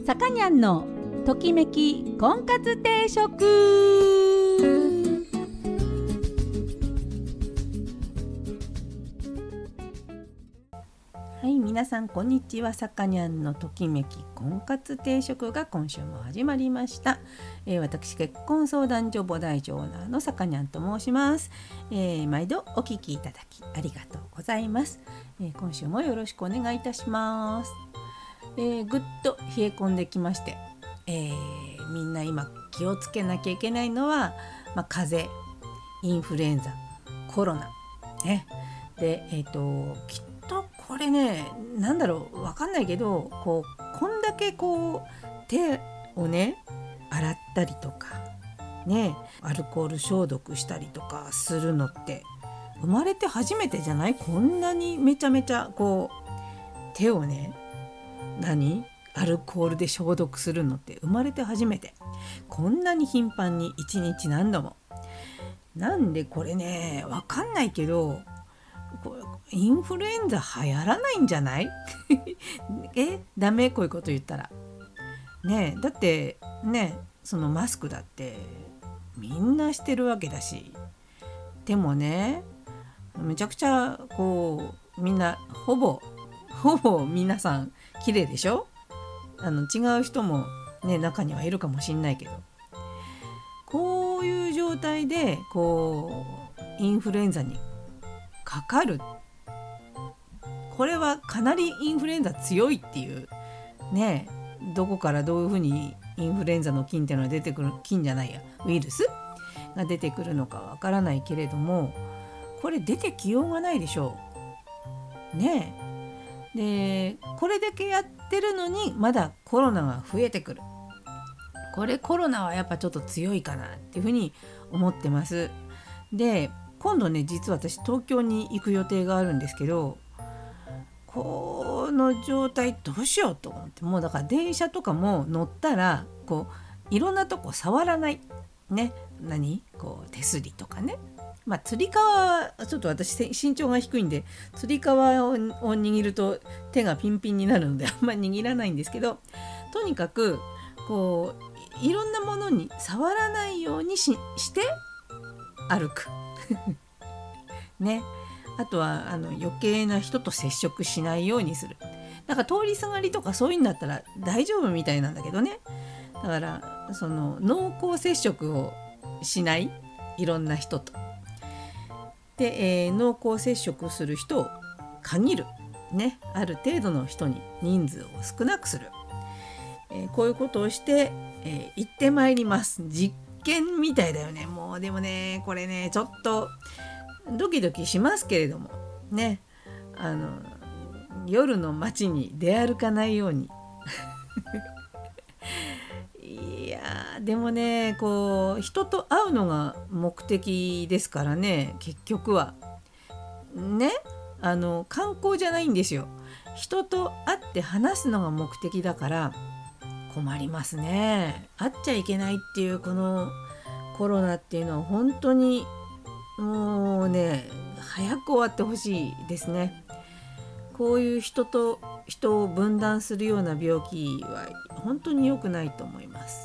さかにゃんのときめき婚活定食。はい、皆さんこんにちは。さかにゃんのときめき婚活定食が今週も始まりました。私結婚相談所母大女オーナーのさかにゃんと申します。毎度お聞きいただきありがとうございます。今週もよろしくお願いいたします。ぐっと冷え込んできまして、みんな今気をつけなきゃいけないのは、風邪、インフルエンザ、コロナ、ね、で、きっとこれね、なんだろう、わかんないけど、こんだけ手をね洗ったりとかね、アルコール消毒したりとかするのって生まれて初めてじゃない？こんなにめちゃめちゃ手をねアルコールで消毒するのって生まれて初めて。こんなに頻繁に1日何度も。なんでこれね、わかんないけど、インフルエンザ流行らないんじゃない？ダメ？こういうこと言ったらね。だってね、そのマスクだってみんなしてるわけだし、でもね、めちゃくちゃみんなほぼ皆さん綺麗でしょ？違う人もね、中にはいるかもしんないけど、こういう状態でインフルエンザにかかる、これはかなりインフルエンザ強いっていうね。どこからどういうふうにインフルエンザの菌っていうのが出てくる、ウイルスが出てくるのかわからないけれども、これ出てきようがないでしょうね。で、これだけやってるのにまだコロナが増えてくる。これコロナはやっぱちょっと強いかなっていうふうに思ってます。で、今度ね、実は私東京に行く予定があるんですけど、この状態どうしようと思って、もうだから電車とかも乗ったらいろんなとこ触らないね。手すりとかね、つり革はちょっと私身長が低いんで、つり革を握ると手がピンピンになるのであんまり握らないんですけど、とにかくいろんなものに触らないようにして歩くね。あとは余計な人と接触しないようにする。なんか通りすがりとかそういうんだったら大丈夫みたいなんだけどね。だからその濃厚接触をしない、いろんな人とで、濃厚接触する人を限るね。ある程度の人に人数を少なくする、こういうことをして、行ってまいります。実験みたいだよね。もうでもね、これねちょっとドキドキしますけれどもね、夜の街に出歩かないようにいやでもね、人と会うのが目的ですからね、結局はね、観光じゃないんですよ。人と会って話すのが目的だから困りますね。会っちゃいけないっていうこのコロナっていうのは本当にもうね、早く終わってほしいですね。こういう人と人を分断するような病気は本当に良くないと思います。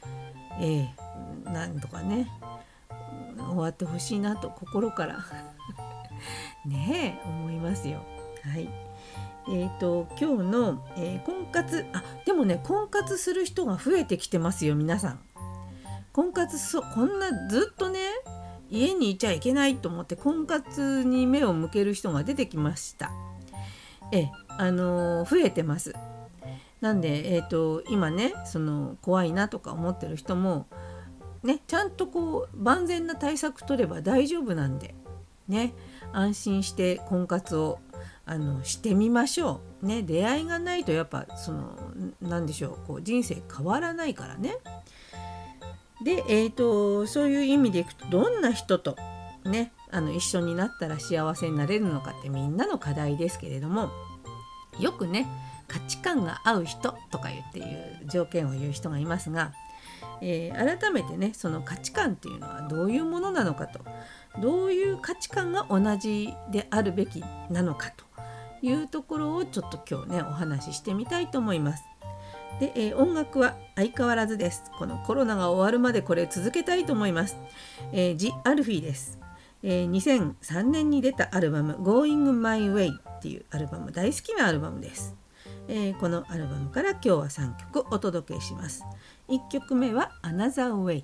なんとかね、終わってほしいなと心からね思いますよ。はい。今日の、婚活、でもね、婚活する人が増えてきてますよ、皆さん。婚活こんなずっとね家にいちゃいけないと思って婚活に目を向ける人が出てきました。増えてます。なんで、今ね、その怖いなとか思ってる人もね、ちゃんと万全な対策取れば大丈夫なんでね、安心して婚活をしてみましょうね。出会いがないとやっぱなんでしょう、人生変わらないからね。で、そういう意味でいくと、どんな人とね一緒になったら幸せになれるのかってみんなの課題ですけれども、よくね価値観が合う人とかいう条件を言う人がいますが、改めてね、その価値観っていうのはどういうものなのかと、どういう価値観が同じであるべきなのかというところをちょっと今日ねお話ししてみたいと思います。 で、音楽は相変わらずです。このコロナが終わるまでこれ続けたいと思います。ジ・アルフィーです。2003年に出たアルバム Going My Way っていうアルバム、大好きなアルバムです。このアルバムから今日は3曲お届けします。1曲目は Another Way。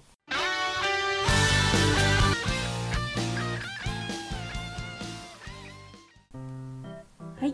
はい、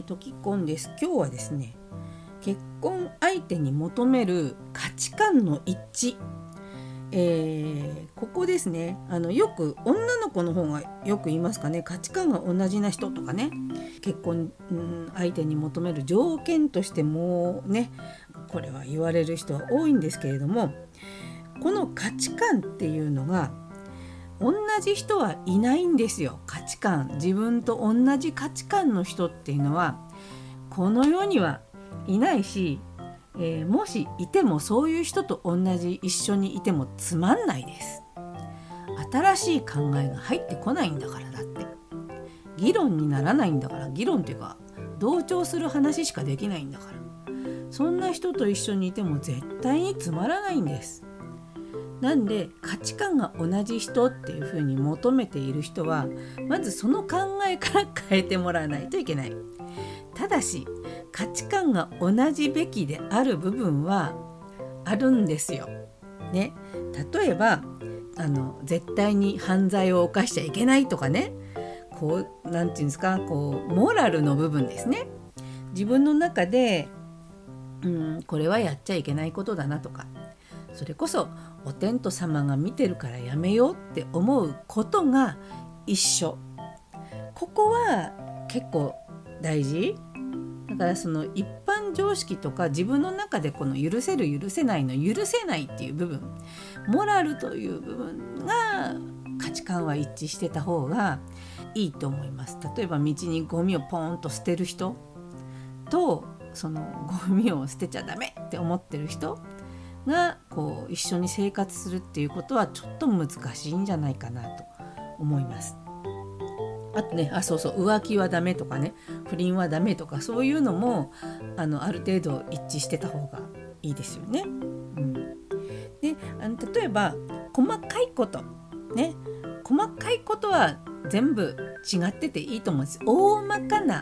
トキコンです。今日はですね、結婚相手に求める価値観の一致、ここですね。よく女の子の方がよく言いますかね、価値観が同じな人とかね、結婚、相手に求める条件としてもね、これは言われる人は多いんですけれども、この価値観っていうのが同じ人はいないんですよ。価値観、自分と同じ価値観の人っていうのはこの世にはいないし、もしいてもそういう人と同じ一緒にいてもつまんないです。新しい考えが入ってこないんだから。だって議論にならないんだから。議論っていうか同調する話しかできないんだから、そんな人と一緒にいても絶対につまらないんです。なんで価値観が同じ人っていうふうに求めている人はまずその考えから変えてもらわないといけない。ただし価値観が同じべきである部分はあるんですよ、ね。例えば絶対に犯罪を犯しちゃいけないとかね、こうなんていうんですか、こうモラルの部分ですね。自分の中で、これはやっちゃいけないことだなとか、それこそお天道様が見てるからやめようって思うことが一緒。ここは結構大事だから、その一般常識とか自分の中でこの許せる許せないの許せないっていう部分、モラルという部分が価値観は一致してた方がいいと思います。例えば道にゴミをポーンと捨てる人と、そのゴミを捨てちゃダメって思ってる人がこう一緒に生活するっていうことはちょっと難しいんじゃないかなと思います。あとね、そうそう、浮気はダメとかね、不倫はダメとか、そういうのもある程度一致してた方がいいですよね。で、例えば細かいことね、細かいことは全部違ってていいと思うんです。大まかな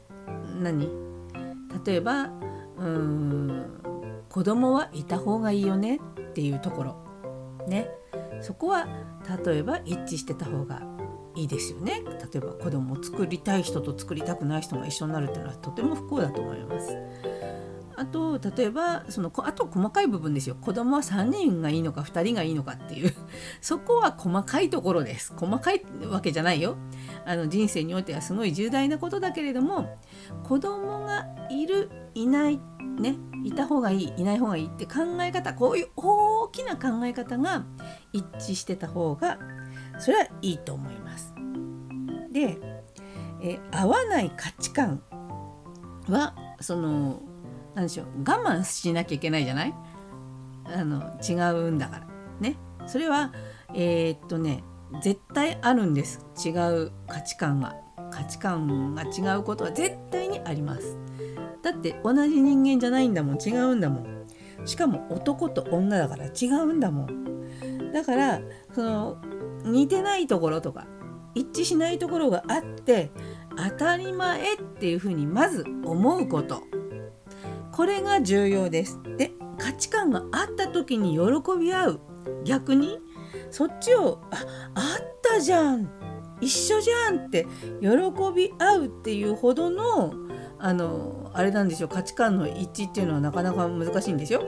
例えば子供はいた方がいいよねっていうところね、そこは例えば一致してた方がいいですよね。例えば子供を作りたい人と作りたくない人が一緒になるっていうのはとても不幸だと思います。あと例えばあと細かい部分ですよ。子供は3人がいいのか2人がいいのかっていうそこは細かいところです。細かいわけじゃないよ。人生においてはすごい重大なことだけれども、子供がいるいないね、いた方がいいいない方がいいって考え方、こういう大きな考え方が一致してた方がそれはいいと思います。で、合わない価値観は何でしょう、我慢しなきゃいけないじゃない、違うんだからね。それは絶対あるんです。違う価値観が違うことは絶対にあります。だって同じ人間じゃないんだもん、違うんだもん。しかも男と女だから違うんだもん。だから似てないところとか一致しないところがあって当たり前っていうふうにまず思うこと、これが重要です。で、価値観があった時に喜び合う、逆にそっちをあったじゃん、一緒じゃんって喜び合うっていうほどのあれなんですよ。価値観の一致っていうのはなかなか難しいんですよ。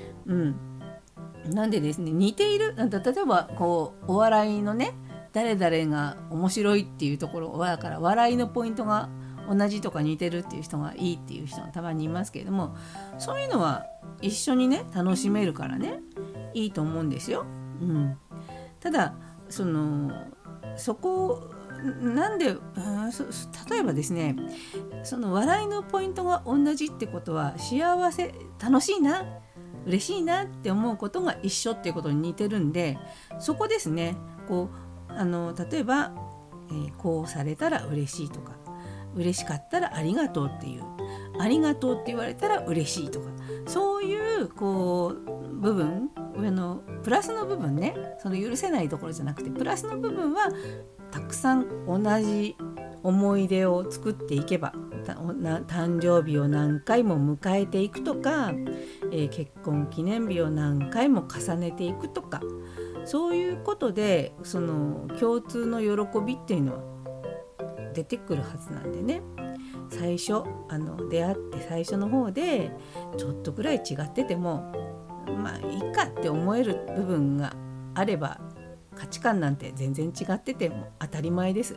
なんでですね、似ている、例えばこうお笑いのね、誰々が面白いっていうところは、だから笑いのポイントが同じとか似てるっていう人がいいっていう人がたまにいますけれども、そういうのは一緒にね楽しめるからね、いいと思うんですよ。ただそこなんで、例えばですね、笑いのポイントが同じってことは幸せ、楽しいな、嬉しいなって思うことが一緒っていうことに似てるんで、そこですね。例えば、こうされたら嬉しいとか、 嬉しかったらありがとうっていう、ありがとうって言われたら嬉しいとか、そういうこう部分、プラスの部分ね、その許せないところじゃなくてプラスの部分はたくさん同じ思い出を作っていけば、誕生日を何回も迎えていくとか、結婚記念日を何回も重ねていくとか、そういうことでその共通の喜びっていうのは出てくるはずなんでね。最初出会って最初の方でちょっとぐらい違っててもまあいいかって思える部分があれば、価値観なんて全然違ってても当たり前です。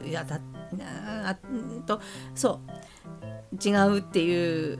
そう違うっていう、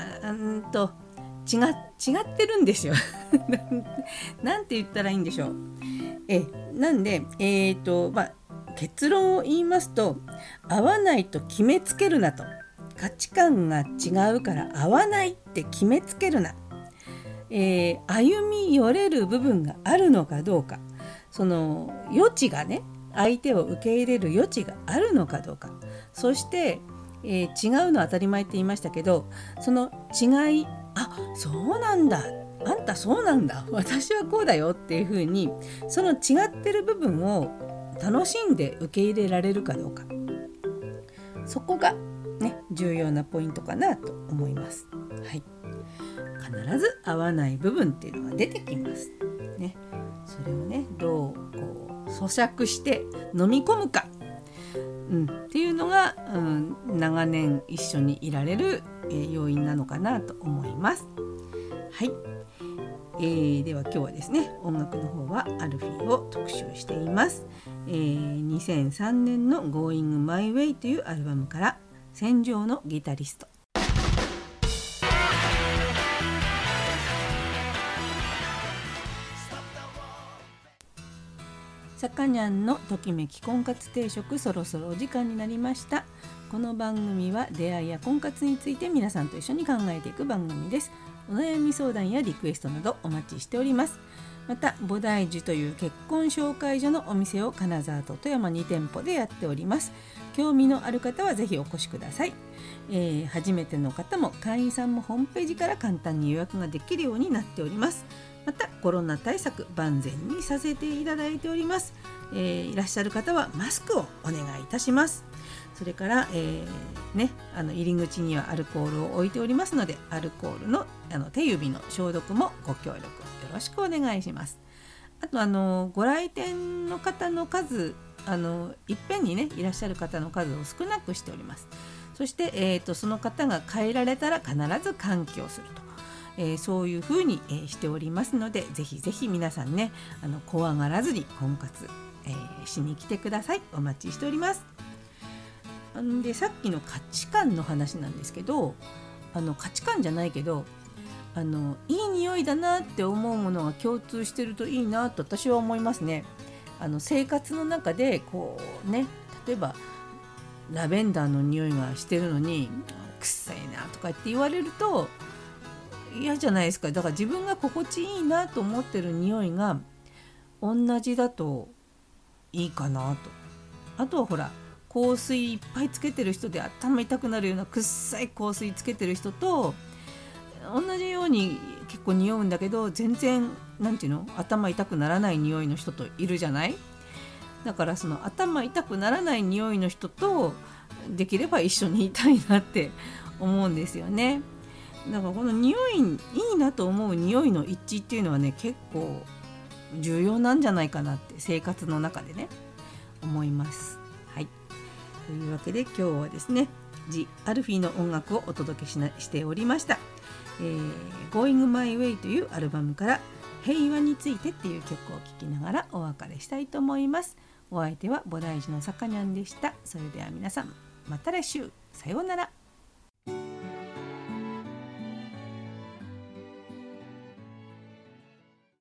違ってるんですよなんて言ったらいいんでしょう。なんで結論を言いますと、合わないと決めつけるなと。価値観が違うから合わないって決めつけるな。歩み寄れる部分があるのかどうか、その余地がね、相手を受け入れる余地があるのかどうか。そして、違うのは当たり前って言いましたけど、その違い、そうなんだ、あんたそうなんだ、私はこうだよっていうふうに、その違ってる部分を楽しんで受け入れられるかどうか、そこがね、重要なポイントかなと思います。はい、必ず合わない部分っていうのが出てきますね。それをね、どうこう咀嚼して飲み込むか、っていうのが、長年一緒にいられる、要因なのかなと思います。はい、では今日はですね、音楽の方はアルフィーを特集しています。2003年の Going My Way というアルバムから戦場のギタリスト。さかにゃんのときめき婚活定食、そろそろお時間になりました。この番組は出会いや婚活について皆さんと一緒に考えていく番組です。お悩み相談やリクエストなどお待ちしております。また菩提寺という結婚紹介所のお店を金沢と富山2店舗でやっております。興味のある方はぜひお越しください。初めての方も会員さんもホームページから簡単に予約ができるようになっております。またコロナ対策万全にさせていただいております。いらっしゃる方はマスクをお願いいたします。それから、入り口にはアルコールを置いておりますので、アルコールの、手指の消毒もご協力よろしくお願いします。あとご来店の方の数、いっぺんにねいらっしゃる方の数を少なくしております。そして、その方が帰られたら必ず換気をすると、そういうふうに、しておりますので、ぜひぜひ皆さんね、怖がらずに婚活、しに来てください。お待ちしております。でさっきの価値観の話なんですけど、価値観じゃないけどいい匂いだなって思うものが共通してるといいなと私は思いますね。生活の中でこうね、例えばラベンダーの匂いがしてるのにくっさいなとかって言われると嫌じゃないですか。だから自分が心地いいなと思ってる匂いが同じだといいかなと。あとはほら、香水いっぱいつけてる人で頭痛くなるようなくっさい香水つけてる人と同じように結構匂うんだけど全然頭痛くならない匂いの人といるじゃない。だからその頭痛くならない匂いの人とできれば一緒にいたいなって思うんですよね。だからこの匂い、いいなと思う匂いの一致っていうのはね、結構重要なんじゃないかなって生活の中でね思います。はい、というわけで今日はですね、ジ・アルフィーの音楽をお届けしておりました。Going My Way というアルバムから平和についてっていう曲を聴きながらお別れしたいと思います。お相手は菩提寺のさかにゃんでした。それでは皆さん、また来週、さようなら。